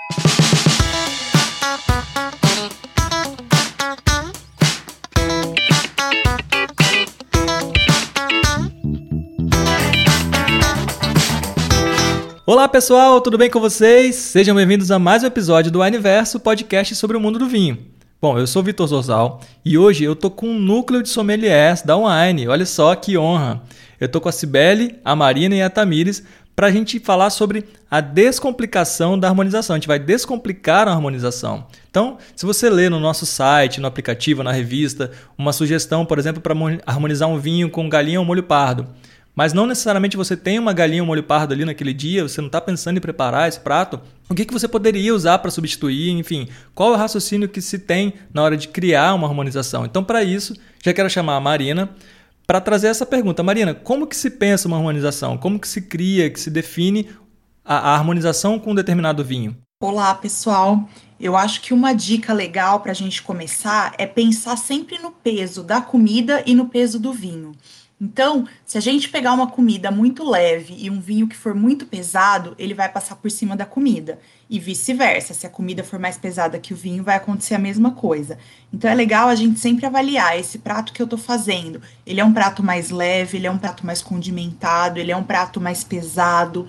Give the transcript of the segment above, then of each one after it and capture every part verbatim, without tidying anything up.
Olá pessoal, tudo bem com vocês? Sejam bem-vindos a mais um episódio do Wineverso, podcast sobre o mundo do vinho. Bom, eu sou o Vitor Zorzal e hoje eu tô com um núcleo de sommeliers da Wine. Olha só que honra! Eu tô com a Cibele, a Marina e a Tamires para a gente falar sobre a descomplicação da harmonização. A gente vai descomplicar a harmonização. Então, se você ler no nosso site, no aplicativo, na revista, uma sugestão, por exemplo, para harmonizar um vinho com galinha ou molho pardo, mas não necessariamente você tem uma galinha ou molho pardo ali naquele dia, você não está pensando em preparar esse prato, o que, que você poderia usar para substituir, enfim, qual é o raciocínio que se tem na hora de criar uma harmonização? Então, para isso, já quero chamar a Marina para trazer essa pergunta. Marina, como que se pensa uma harmonização? Como que se cria, que se define a, a harmonização com um determinado vinho? Olá, pessoal. Eu acho que uma dica legal para a gente começar é pensar sempre no peso da comida e no peso do vinho. Então, se a gente pegar uma comida muito leve e um vinho que for muito pesado, ele vai passar por cima da comida. E vice-versa, se a comida for mais pesada que o vinho, vai acontecer a mesma coisa. Então, é legal a gente sempre avaliar esse prato que eu tô fazendo. Ele é um prato mais leve, ele é um prato mais condimentado, ele é um prato mais pesado.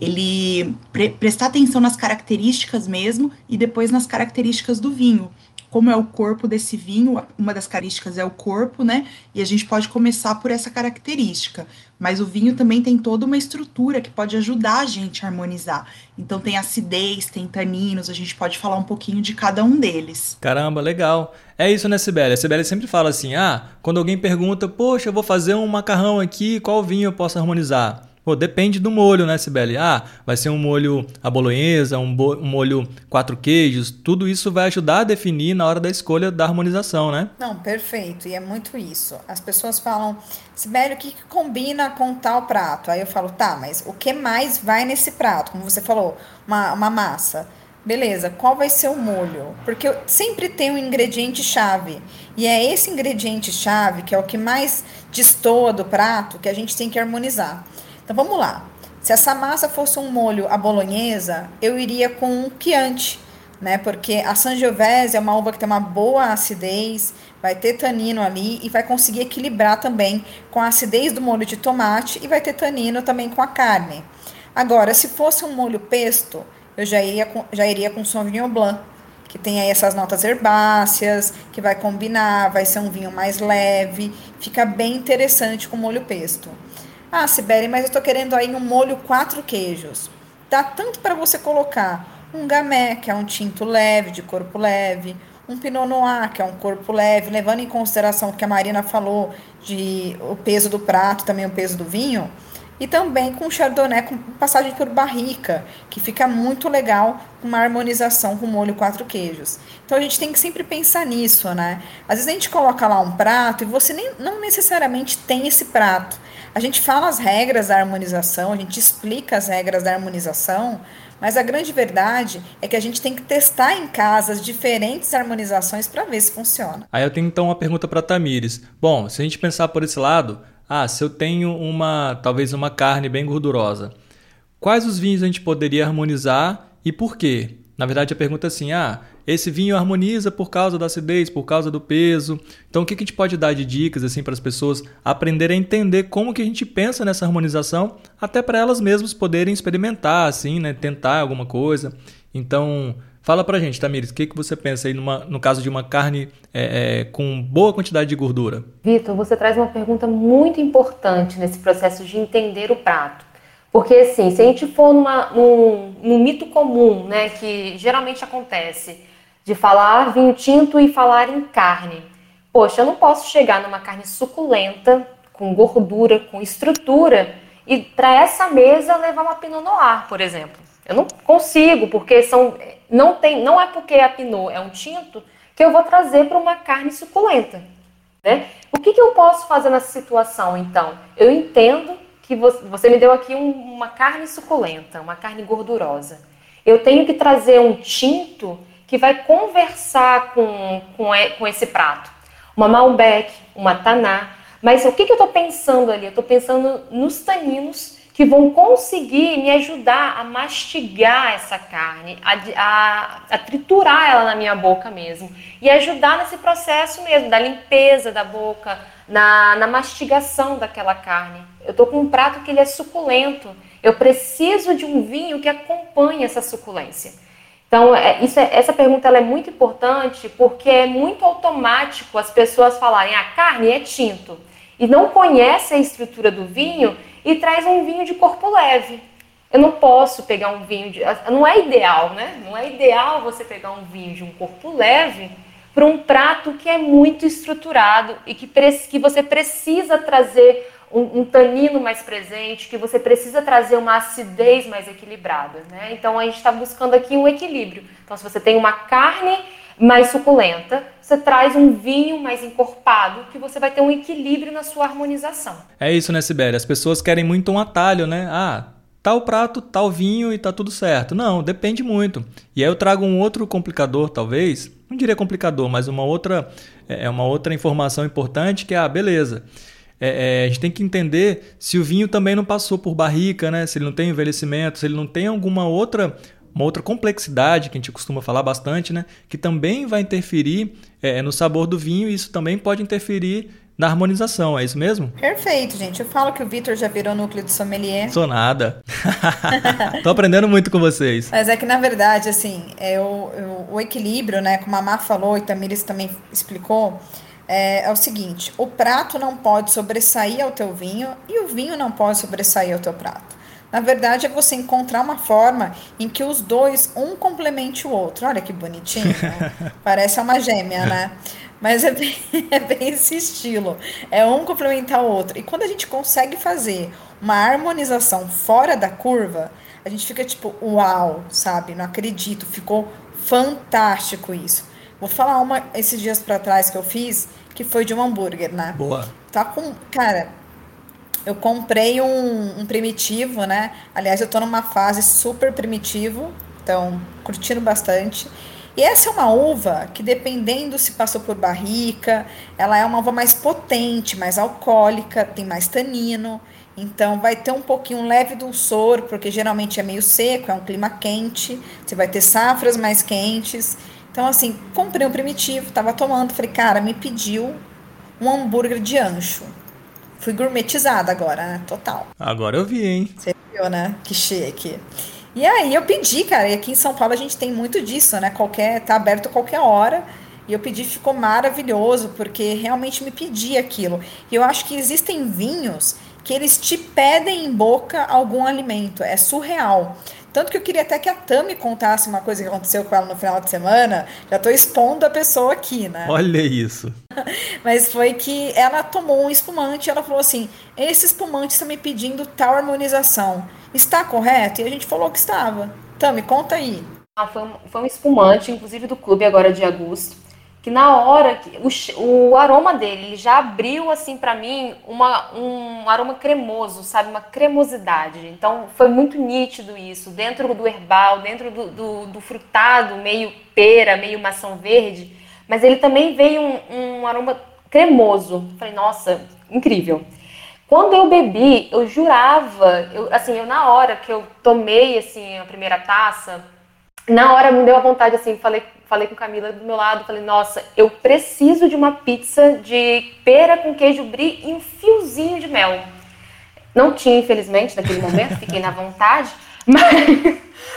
Ele pre- prestar atenção nas características mesmo e depois nas características do vinho. Como é o corpo desse vinho, uma das características é o corpo, né? E a gente pode começar por essa característica. Mas o vinho também tem toda uma estrutura que pode ajudar a gente a harmonizar. Então tem acidez, tem taninos, a gente pode falar um pouquinho de cada um deles. Caramba, legal. É isso, né, Cibele? A Cibele sempre fala assim, ah, quando alguém pergunta, poxa, eu vou fazer um macarrão aqui, qual vinho eu posso harmonizar? Pô, depende do molho, né, Cibele? Ah, vai ser um molho à bolonhesa, um, bo- um molho quatro queijos. Tudo isso vai ajudar a definir na hora da escolha da harmonização, né? Não, perfeito. E é muito isso. As pessoas falam, Sibeli, o que, que combina com tal prato? Aí eu falo, tá, mas o que mais vai nesse prato? Como você falou, uma, uma massa. Beleza, qual vai ser o molho? Porque sempre tem um ingrediente-chave. E é esse ingrediente-chave, que é o que mais destoa do prato, que a gente tem que harmonizar. Então vamos lá. Se essa massa fosse um molho à bolonhesa, eu iria com um Chianti, né? Porque a Sangiovese é uma uva que tem uma boa acidez, vai ter tanino ali e vai conseguir equilibrar também com a acidez do molho de tomate e vai ter tanino também com a carne. Agora, se fosse um molho pesto, eu já iria com, já iria com Sauvignon Blanc, que tem aí essas notas herbáceas, que vai combinar, vai ser um vinho mais leve, fica bem interessante com molho pesto. Ah, Sibeli, mas eu tô querendo aí um molho quatro queijos. Dá tanto para você colocar um gamay, que é um tinto leve, de corpo leve, um pinot noir, que é um corpo leve, levando em consideração o que a Marina falou de o peso do prato, também o peso do vinho, e também com chardonnay com passagem por barrica, que fica muito legal com uma harmonização com molho quatro queijos. Então a gente tem que sempre pensar nisso, né? Às vezes a gente coloca lá um prato e você nem, não necessariamente tem esse prato. A gente fala as regras da harmonização, a gente explica as regras da harmonização, mas a grande verdade é que a gente tem que testar em casa as diferentes harmonizações para ver se funciona. Aí eu tenho então uma pergunta para Tamires. Bom, se a gente pensar por esse lado, ah, se eu tenho uma, talvez uma carne bem gordurosa, quais os vinhos a gente poderia harmonizar e por quê? Na verdade a pergunta é assim, ah, esse vinho harmoniza por causa da acidez, por causa do peso. Então o que a gente pode dar de dicas assim para as pessoas aprenderem a entender como que a gente pensa nessa harmonização, até para elas mesmas poderem experimentar, assim, né, tentar alguma coisa. Então fala pra gente, Tamires, o que, que você pensa aí numa, no caso de uma carne é, é, com boa quantidade de gordura? Vitor, você traz uma pergunta muito importante nesse processo de entender o prato. Porque, assim, se a gente for numa, num, num mito comum, né, que geralmente acontece, de falar vinho tinto e falar em carne. Poxa, eu não posso chegar numa carne suculenta, com gordura, com estrutura, e para essa mesa levar uma Pinot Noir, por exemplo. Eu não consigo, porque são, não, tem, não é porque a Pinot é um tinto que eu vou trazer para uma carne suculenta, né? O que, que eu posso fazer nessa situação, então? Eu entendo que você, você me deu aqui um, uma carne suculenta, uma carne gordurosa. Eu tenho que trazer um tinto que vai conversar com, com, com esse prato. Uma Malbec, uma Taná. Mas o que, que eu estou pensando ali? Eu estou pensando nos taninos que vão conseguir me ajudar a mastigar essa carne, a, a, a triturar ela na minha boca mesmo, e ajudar nesse processo mesmo, da limpeza da boca, na, na mastigação daquela carne. Eu estou com um prato que ele é suculento, eu preciso de um vinho que acompanhe essa suculência. Então, é, isso é, essa pergunta ela é muito importante, porque é muito automático as pessoas falarem, a carne é tinto, e não conhece a estrutura do vinho, e traz um vinho de corpo leve. Eu não posso pegar um vinho de... Não é ideal, né? Não é ideal você pegar um vinho de um corpo leve para um prato que é muito estruturado e que, que você precisa trazer um, um tanino mais presente, que você precisa trazer uma acidez mais equilibrada, né? Então, a gente está buscando aqui um equilíbrio. Então, se você tem uma carne mais suculenta, você traz um vinho mais encorpado, que você vai ter um equilíbrio na sua harmonização. É isso, né, Sibeli? As pessoas querem muito um atalho, né? Ah, tal prato, tal vinho e tá tudo certo. Não, depende muito. E aí eu trago um outro complicador, talvez, não diria complicador, mas uma outra, é uma outra informação importante que é, ah, beleza, é, é, a gente tem que entender se o vinho também não passou por barrica, né? Se ele não tem envelhecimento, se ele não tem alguma outra... Uma outra complexidade que a gente costuma falar bastante, né? Que também vai interferir é, no sabor do vinho e isso também pode interferir na harmonização, é isso mesmo? Perfeito, gente. Eu falo que o Vitor já virou núcleo de sommelier. Sou nada. Tô aprendendo muito com vocês. Mas é que, na verdade, assim, é o, eu, o equilíbrio, né? Como a Má falou e Tamires também explicou, é, é o seguinte, o prato não pode sobressair ao teu vinho e o vinho não pode sobressair ao teu prato. Na verdade, é você encontrar uma forma em que os dois, um complemente o outro. Olha que bonitinho, né? Parece uma gêmea, né? Mas é bem, é bem esse estilo. É um complementar o outro. E quando a gente consegue fazer uma harmonização fora da curva, a gente fica tipo, uau, sabe? Não acredito, ficou fantástico isso. Vou falar uma esses dias pra trás que eu fiz, que foi de um hambúrguer, né? Boa. Tá com... Cara... Eu comprei um, um primitivo, né? Aliás, eu tô numa fase super primitivo, então curtindo bastante. E essa é uma uva que, dependendo se passou por barrica, ela é uma uva mais potente, mais alcoólica, tem mais tanino. Então vai ter um pouquinho leve dulçor, porque geralmente é meio seco, é um clima quente. Você vai ter safras mais quentes. Então, assim, comprei um primitivo, tava tomando, falei, cara, me pediu um hambúrguer de ancho. Fui gourmetizada agora, né? Total. Agora eu vi, hein? Você viu, né? Que chique. E aí eu pedi, cara, e aqui em São Paulo a gente tem muito disso, né? Qualquer, tá aberto qualquer hora. E eu pedi, ficou maravilhoso, porque realmente me pedi aquilo. E eu acho que existem vinhos que eles te pedem em boca algum alimento. É surreal. Tanto que eu queria até que a Tami contasse uma coisa que aconteceu com ela no final de semana. Já tô expondo a pessoa aqui, né? Olha isso. Mas foi que ela tomou um espumante e ela falou assim, esse espumante está me pedindo tal harmonização. Está correto? E a gente falou que estava. Tami, conta aí. Ah, foi, um, foi um espumante, inclusive do clube agora de agosto, que na hora, que o, o aroma dele ele já abriu assim para mim uma, um aroma cremoso, sabe? Uma cremosidade. Então foi muito nítido isso, dentro do herbal, dentro do, do, do frutado, meio pera, meio maçã verde, mas ele também veio um, um aroma cremoso. Falei, nossa, incrível. Quando eu bebi, eu jurava, eu, assim, eu na hora que eu tomei assim, a primeira taça, na hora me deu a vontade, assim, falei, falei com Camila do meu lado, falei, nossa, eu preciso de uma pizza de pera com queijo brie e um fiozinho de mel. Não tinha, infelizmente, naquele momento, fiquei na vontade, mas,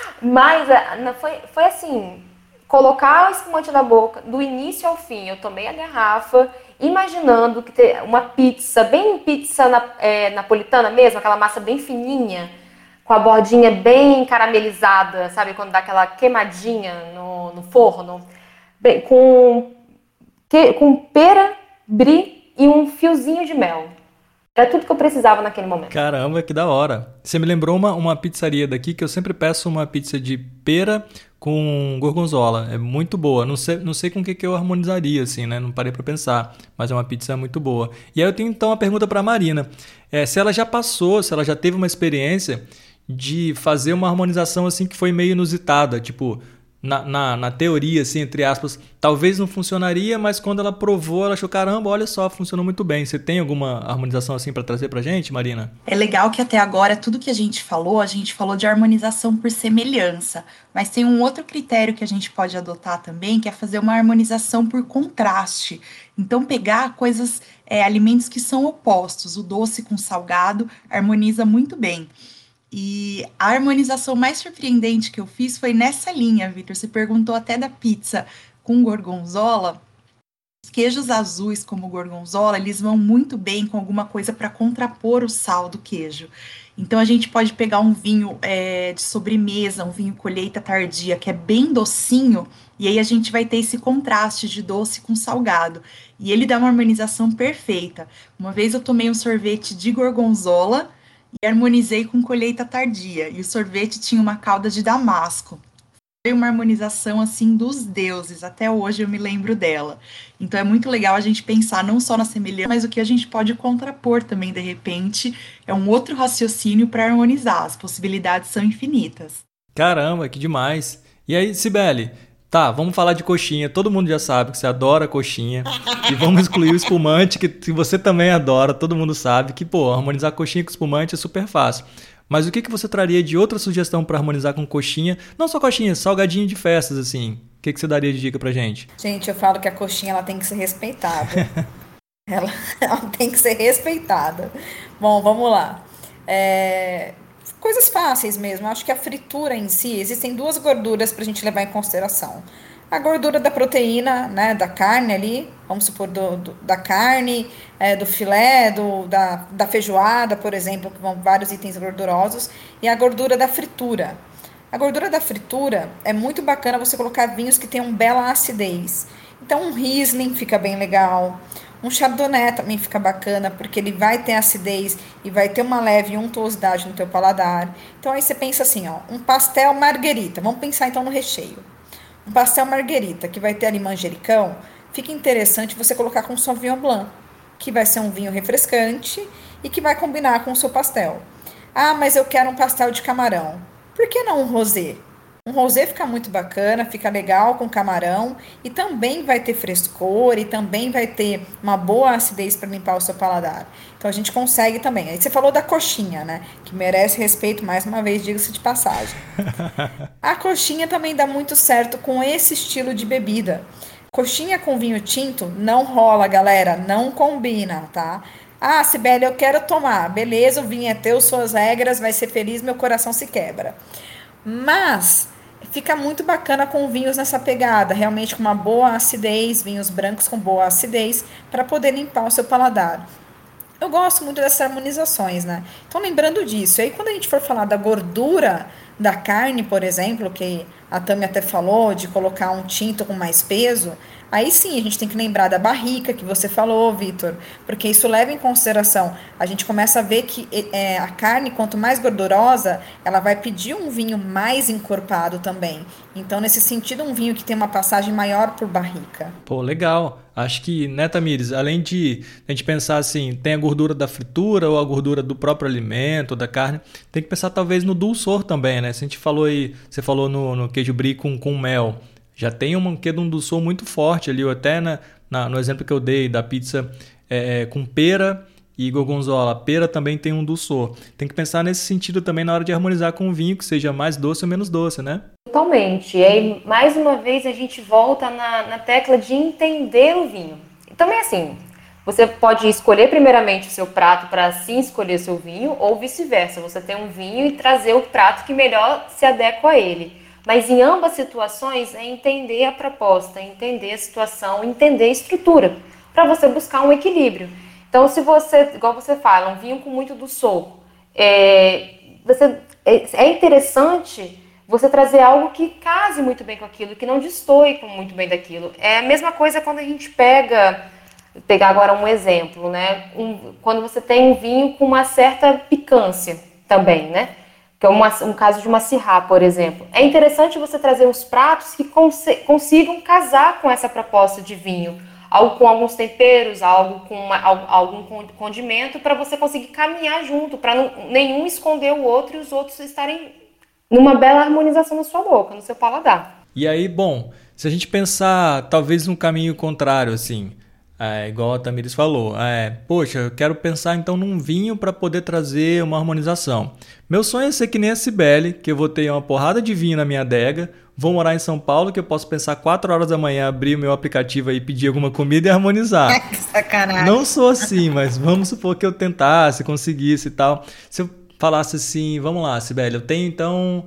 mas foi, foi assim, colocar o espumante na boca, do início ao fim, eu tomei a garrafa, imaginando que ter uma pizza, bem pizza na, é, napolitana mesmo, aquela massa bem fininha, com a bordinha bem caramelizada, sabe? Quando dá aquela queimadinha no, no forno. Bem, com, que, com pera, brie e um fiozinho de mel. Era tudo que eu precisava naquele momento. Caramba, que da hora. Você me lembrou uma, uma pizzaria daqui que eu sempre peço uma pizza de pera com gorgonzola. É muito boa. Não sei, não sei com o que, que eu harmonizaria, assim, né? Não parei pra pensar. Mas é uma pizza muito boa. E aí eu tenho então uma pergunta pra Marina. É, se ela já passou, se ela já teve uma experiência de fazer uma harmonização assim que foi meio inusitada. Tipo, na, na, na teoria, assim, entre aspas, talvez não funcionaria, mas quando ela provou, ela achou, caramba, olha só, funcionou muito bem. Você tem alguma harmonização assim para trazer pra gente, Marina? É legal que até agora tudo que a gente falou, a gente falou de harmonização por semelhança, mas tem um outro critério que a gente pode adotar também, que é fazer uma harmonização por contraste. Então, pegar coisas, é, alimentos que são opostos, o doce com o salgado, harmoniza muito bem. E a harmonização mais surpreendente que eu fiz foi nessa linha, Vitor. Você perguntou até da pizza com gorgonzola. Os queijos azuis, como o gorgonzola, eles vão muito bem com alguma coisa para contrapor o sal do queijo. Então, a gente pode pegar um vinho é, de sobremesa, um vinho colheita tardia, que é bem docinho, e aí a gente vai ter esse contraste de doce com salgado. E ele dá uma harmonização perfeita. Uma vez eu tomei um sorvete de gorgonzola e harmonizei com colheita tardia, e o sorvete tinha uma calda de damasco. Foi uma harmonização, assim, dos deuses, até hoje eu me lembro dela. Então é muito legal a gente pensar não só na semelhança, mas o que a gente pode contrapor também, de repente, é um outro raciocínio para harmonizar, as possibilidades são infinitas. Caramba, que demais! E aí, Cibele? Tá, vamos falar de coxinha. Todo mundo já sabe que você adora coxinha. E vamos excluir o espumante, que você também adora. Todo mundo sabe que, pô, harmonizar coxinha com espumante é super fácil. Mas o que, que você traria de outra sugestão para harmonizar com coxinha? Não só coxinha, salgadinho de festas, assim. O que, que você daria de dica pra gente? Gente, eu falo que a coxinha ela tem que ser respeitada. ela, ela tem que ser respeitada. Bom, vamos lá. É... Coisas fáceis mesmo. Acho que a fritura em si, existem duas gorduras para a gente levar em consideração. A gordura da proteína, né, da carne ali, vamos supor, do, do, da carne, é, do filé, do, da, da feijoada, por exemplo, que vão vários itens gordurosos, e a gordura da fritura. A gordura da fritura é muito bacana você colocar vinhos que tenham bela acidez. Então, um Riesling fica bem legal. Um Chardonnay também fica bacana, porque ele vai ter acidez e vai ter uma leve untuosidade no teu paladar. Então, aí você pensa assim, ó, um pastel marguerita. Vamos pensar então no recheio. Um pastel marguerita, que vai ter ali manjericão, fica interessante você colocar com Sauvignon Blanc, que vai ser um vinho refrescante e que vai combinar com o seu pastel. Ah, mas eu quero um pastel de camarão. Por que não um rosé? Um rosé fica muito bacana, fica legal com camarão e também vai ter frescor e também vai ter uma boa acidez para limpar o seu paladar. Então a gente consegue também. Aí você falou da coxinha, né? Que merece respeito, mais uma vez, diga-se de passagem. A coxinha também dá muito certo com esse estilo de bebida. Coxinha com vinho tinto não rola, galera, não combina, tá? Ah, Cibele, eu quero tomar. Beleza, o vinho é teu, suas regras, vai ser feliz, meu coração se quebra. Mas fica muito bacana com vinhos nessa pegada, realmente com uma boa acidez, vinhos brancos com boa acidez, para poder limpar o seu paladar. Eu gosto muito dessas harmonizações, né? Então, lembrando disso, aí quando a gente for falar da gordura da carne, por exemplo, que a Tami até falou, de colocar um tinto com mais peso, aí sim a gente tem que lembrar da barrica que você falou, Vitor, porque isso leva em consideração. A gente começa a ver que é, a carne, quanto mais gordurosa, ela vai pedir um vinho mais encorpado também. Então, nesse sentido, um vinho que tem uma passagem maior por barrica. Pô, legal. Acho que, né, Tamires, além de a gente pensar assim, tem a gordura da fritura ou a gordura do próprio alimento, da carne, tem que pensar talvez no dulçor também, né? Se a gente falou aí, você falou no, no queijo brie com, com mel, já tem um quê de um dulçor muito forte ali, ou até na, na, no exemplo que eu dei da pizza é, com pera e gorgonzola. A pera também tem um dulçor. Tem que pensar nesse sentido também na hora de harmonizar com o vinho, que seja mais doce ou menos doce, né? Totalmente. E aí, mais uma vez, a gente volta na, na tecla de entender o vinho. E também assim, você pode escolher primeiramente o seu prato para assim escolher seu vinho, ou vice-versa. Você tem um vinho e trazer o prato que melhor se adequa a ele. Mas em ambas situações é entender a proposta, entender a situação, entender a estrutura, para você buscar um equilíbrio. Então, se você, igual você fala, um vinho com muito dulçor, é, você, é, é interessante você trazer algo que case muito bem com aquilo, que não destoe muito bem daquilo. É a mesma coisa quando a gente pega, vou pegar agora um exemplo, né? Um, quando você tem um vinho com uma certa picância também, né? Que é uma, um caso de uma Syrah, por exemplo. É interessante você trazer uns pratos que cons- consigam casar com essa proposta de vinho. Algo com alguns temperos, algo com uma, algum condimento, para você conseguir caminhar junto, para nenhum esconder o outro e os outros estarem numa bela harmonização na sua boca, no seu paladar. E aí, bom, se a gente pensar talvez num caminho contrário, assim, é, igual a Tamires falou, é, poxa, eu quero pensar então num vinho para poder trazer uma harmonização. Meu sonho é ser que nem a Cibele, que eu vou ter uma porrada de vinho na minha adega, vou morar em São Paulo, que eu posso pensar quatro horas da manhã, abrir o meu aplicativo aí, pedir alguma comida e harmonizar. Que sacanagem. Não sou assim, mas vamos supor que eu tentasse, conseguisse e tal. Se eu falasse assim, vamos lá, Cibele, eu tenho então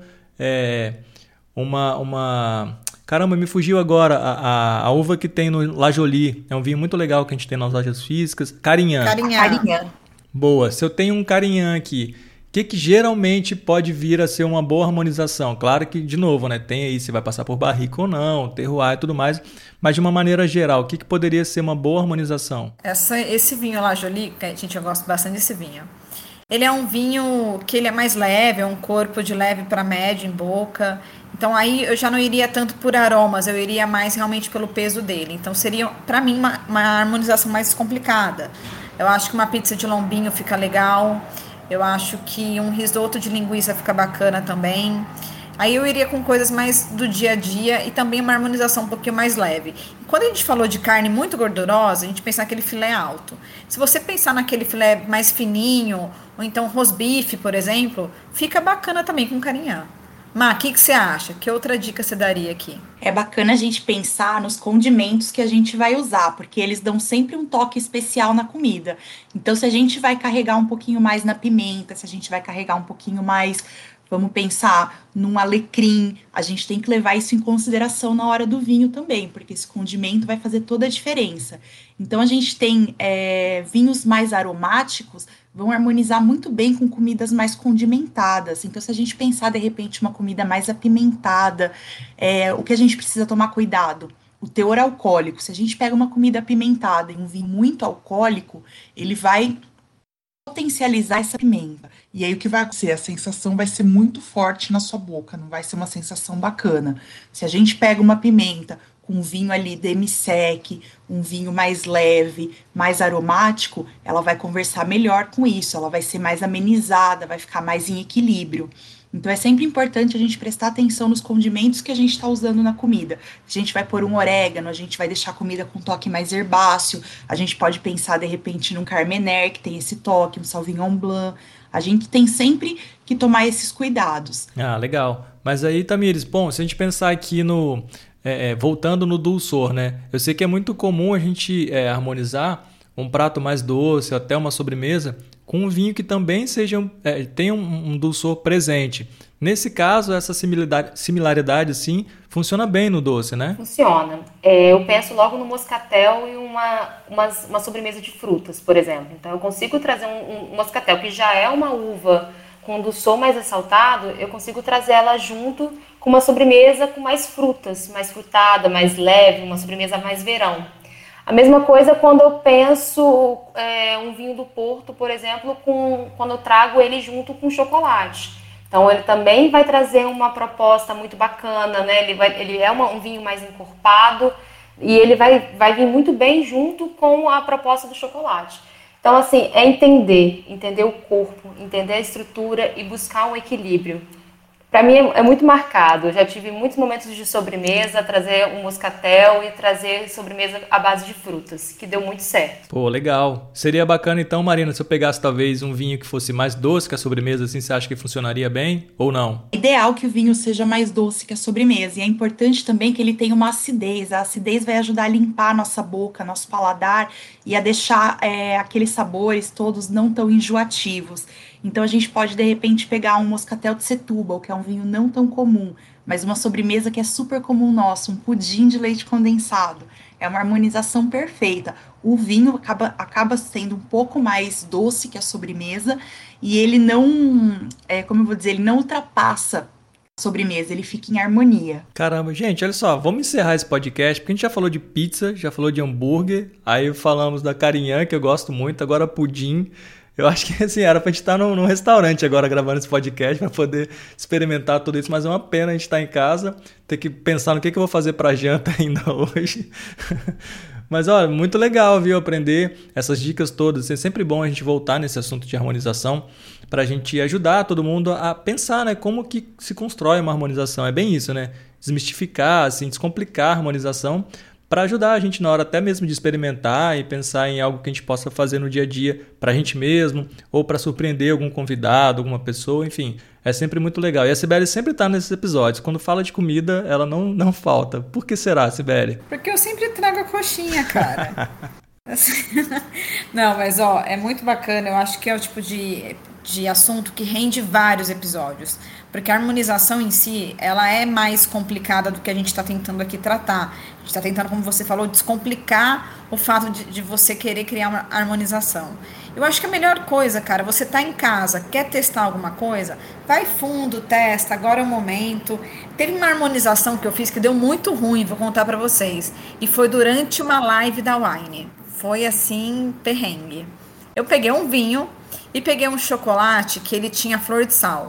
é, uma, uma... Caramba, me fugiu agora a, a, a uva que tem no La Jolie. É um vinho muito legal que a gente tem nas lojas físicas. Carignan. Carignan. Carignan. Boa. Se eu tenho um Carignan aqui, o que, que geralmente pode vir a ser uma boa harmonização? Claro que, de novo, né, tem aí se vai passar por barrica ou não, terroir e tudo mais, mas de uma maneira geral, o que, que poderia ser uma boa harmonização? Essa, esse vinho La Jolie, que a gente, eu gosto bastante desse vinho. Ele é um vinho que ele é mais leve, é um corpo de leve para médio em boca. Então aí eu já não iria tanto por aromas, eu iria mais realmente pelo peso dele. Então seria, para mim, uma, uma harmonização mais complicada. Eu acho que uma pizza de lombinho fica legal. Eu acho que um risoto de linguiça fica bacana também. Aí eu iria com coisas mais do dia a dia e também uma harmonização um pouquinho mais leve. Quando a gente falou de carne muito gordurosa, a gente pensa naquele filé alto. Se você pensar naquele filé mais fininho, ou então rosbife, por exemplo, fica bacana também com Carignan. Má, o que, que você acha? Que outra dica você daria aqui? É bacana a gente pensar nos condimentos que a gente vai usar, porque eles dão sempre um toque especial na comida. Então, se a gente vai carregar um pouquinho mais na pimenta, se a gente vai carregar um pouquinho mais, vamos pensar num alecrim, a gente tem que levar isso em consideração na hora do vinho também, porque esse condimento vai fazer toda a diferença. Então, a gente tem é, vinhos mais aromáticos, vão harmonizar muito bem com comidas mais condimentadas. Então, se a gente pensar, de repente, uma comida mais apimentada, é, o que a gente precisa tomar cuidado? O teor alcoólico. Se a gente pega uma comida apimentada e um vinho muito alcoólico, ele vai potencializar essa pimenta. E aí, o que vai acontecer? A sensação vai ser muito forte na sua boca, não vai ser uma sensação bacana. Se a gente pega uma pimenta com um vinho ali demi-sec, um vinho mais leve, mais aromático, ela vai conversar melhor com isso, ela vai ser mais amenizada, vai ficar mais em equilíbrio. Então é sempre importante a gente prestar atenção nos condimentos que a gente está usando na comida. A gente vai pôr um orégano, a gente vai deixar a comida com um toque mais herbáceo, a gente pode pensar de repente num Carmener, que tem esse toque, um Sauvignon Blanc. A gente tem sempre que tomar esses cuidados. Ah, legal. Mas aí, Tamires, bom, se a gente pensar aqui no... É, é, voltando no dulçor, né? Eu sei que é muito comum a gente é, harmonizar um prato mais doce, até uma sobremesa, com um vinho que também seja, é, tenha um, um dulçor presente. Nesse caso, essa similaridade, similaridade assim, funciona bem no doce, né? Funciona. É, eu penso logo no moscatel e uma, uma, uma sobremesa de frutas, por exemplo. Então, eu consigo trazer um, um moscatel, que já é uma uva com um dulçor mais ressaltado, eu consigo trazer ela junto com uma sobremesa com mais frutas, mais frutada, mais leve, uma sobremesa mais verão. A mesma coisa quando eu penso é, um vinho do Porto, por exemplo, com, quando eu trago ele junto com chocolate. Então ele também vai trazer uma proposta muito bacana, né? Ele, vai, ele é uma, um vinho mais encorpado e ele vai, vai vir muito bem junto com a proposta do chocolate. Então, assim, é entender, entender o corpo, entender a estrutura e buscar um equilíbrio. Para mim é muito marcado. Eu já tive muitos momentos de sobremesa, trazer um moscatel e trazer sobremesa à base de frutas, que deu muito certo. Pô, legal. Seria bacana então, Marina, se eu pegasse talvez um vinho que fosse mais doce que a sobremesa, assim, você acha que funcionaria bem ou não? Ideal que o vinho seja mais doce que a sobremesa. E é importante também que ele tenha uma acidez. A acidez vai ajudar a limpar a nossa boca, nosso paladar e a deixar é, aqueles sabores todos não tão enjoativos. Então a gente pode, de repente, pegar um moscatel de Setúbal, que é um vinho não tão comum, mas uma sobremesa que é super comum nosso, um pudim de leite condensado. É uma harmonização perfeita. O vinho acaba, acaba sendo um pouco mais doce que a sobremesa e ele não, é, como eu vou dizer, ele não ultrapassa a sobremesa, ele fica em harmonia. Caramba, gente, olha só, vamos encerrar esse podcast, porque a gente já falou de pizza, já falou de hambúrguer, aí falamos da Carignan, que eu gosto muito, agora pudim. Eu acho que assim, era pra gente estar num, num restaurante agora gravando esse podcast para poder experimentar tudo isso, mas é uma pena a gente estar em casa, ter que pensar no que, que eu vou fazer para janta ainda hoje. Mas, olha, muito legal, viu, aprender essas dicas todas. É sempre bom a gente voltar nesse assunto de harmonização para a gente ajudar todo mundo a pensar, né, como que se constrói uma harmonização. É bem isso, né? Desmistificar, assim, descomplicar a harmonização para ajudar a gente na hora até mesmo de experimentar e pensar em algo que a gente possa fazer no dia a dia para a gente mesmo ou para surpreender algum convidado, alguma pessoa, enfim. É sempre muito legal. E a Cibele sempre está nesses episódios. Quando fala de comida, ela não, não falta. Por que será, Cibele? Porque eu sempre trago a coxinha, cara. Não, mas ó, é muito bacana. Eu acho que é o tipo de, de assunto que rende vários episódios. Porque a harmonização em si, ela é mais complicada do que a gente está tentando aqui tratar. A gente está tentando, como você falou, descomplicar o fato de, de você querer criar uma harmonização. Eu acho que a melhor coisa, cara, você tá em casa, quer testar alguma coisa, vai fundo, testa, agora é o momento. Teve uma harmonização que eu fiz que deu muito ruim, vou contar pra vocês. E foi durante uma live da Wine. Foi assim, perrengue. Eu peguei um vinho e peguei um chocolate que ele tinha flor de sal.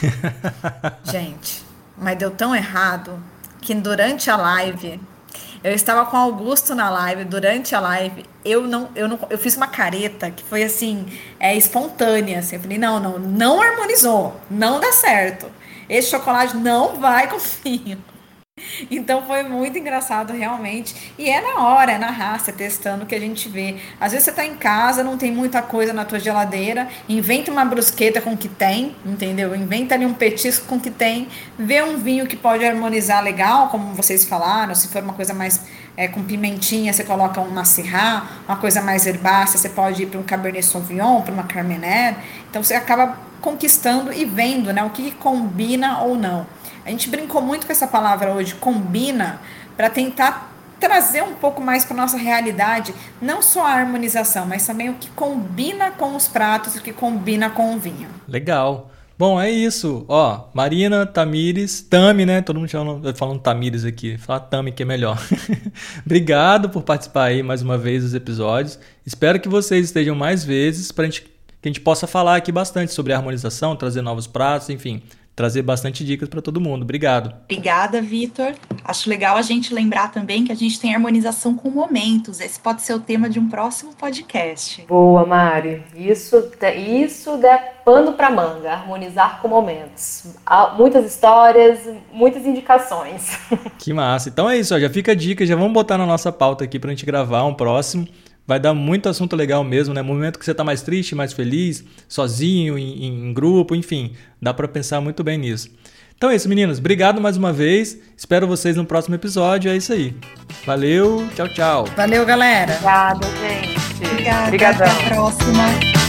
Gente, mas deu tão errado que durante a live... Eu estava com o Augusto na live, durante a live, eu não, eu não, eu fiz uma careta que foi assim, é espontânea, assim, eu falei, não, não, não harmonizou, não dá certo, esse chocolate não vai com vinho. Então foi muito engraçado realmente, e é na hora, é na raça, testando que a gente vê. Às vezes você tá em casa, não tem muita coisa na tua geladeira, inventa uma brusqueta com o que tem, entendeu? Inventa ali um petisco com o que tem, vê um vinho que pode harmonizar legal, como vocês falaram, se for uma coisa mais é, com pimentinha, você coloca uma Syrah, uma coisa mais herbácea, você pode ir para um Cabernet Sauvignon, para uma Carmener, então você acaba conquistando e vendo, né, o que combina ou não. A gente brincou muito com essa palavra hoje, combina, para tentar trazer um pouco mais para nossa realidade, não só a harmonização, mas também o que combina com os pratos, o que combina com o vinho. Legal. Bom, é isso. Ó, Marina, Tamires, Tami, né? Todo mundo falando, falando Tamires aqui. Fala Tami que é melhor. Obrigado por participar aí mais uma vez dos episódios. Espero que vocês estejam mais vezes para gente, que a gente possa falar aqui bastante sobre a harmonização, trazer novos pratos, enfim... trazer bastante dicas para todo mundo. Obrigado. Obrigada, Vitor. Acho legal a gente lembrar também que a gente tem harmonização com momentos. Esse pode ser o tema de um próximo podcast. Boa, Mari. Isso, isso dá pano para manga, harmonizar com momentos. Há muitas histórias, muitas indicações. Que massa. Então é isso, ó, já fica a dica, já vamos botar na nossa pauta aqui para a gente gravar um próximo. Vai dar muito assunto legal mesmo, né? Momento que você tá mais triste, mais feliz, sozinho, em, em grupo, enfim. Dá para pensar muito bem nisso. Então é isso, meninos. Obrigado mais uma vez. Espero vocês no próximo episódio. É isso aí. Valeu. Tchau, tchau. Valeu, galera. Obrigada, gente. Obrigada. Obrigadão. Até a próxima.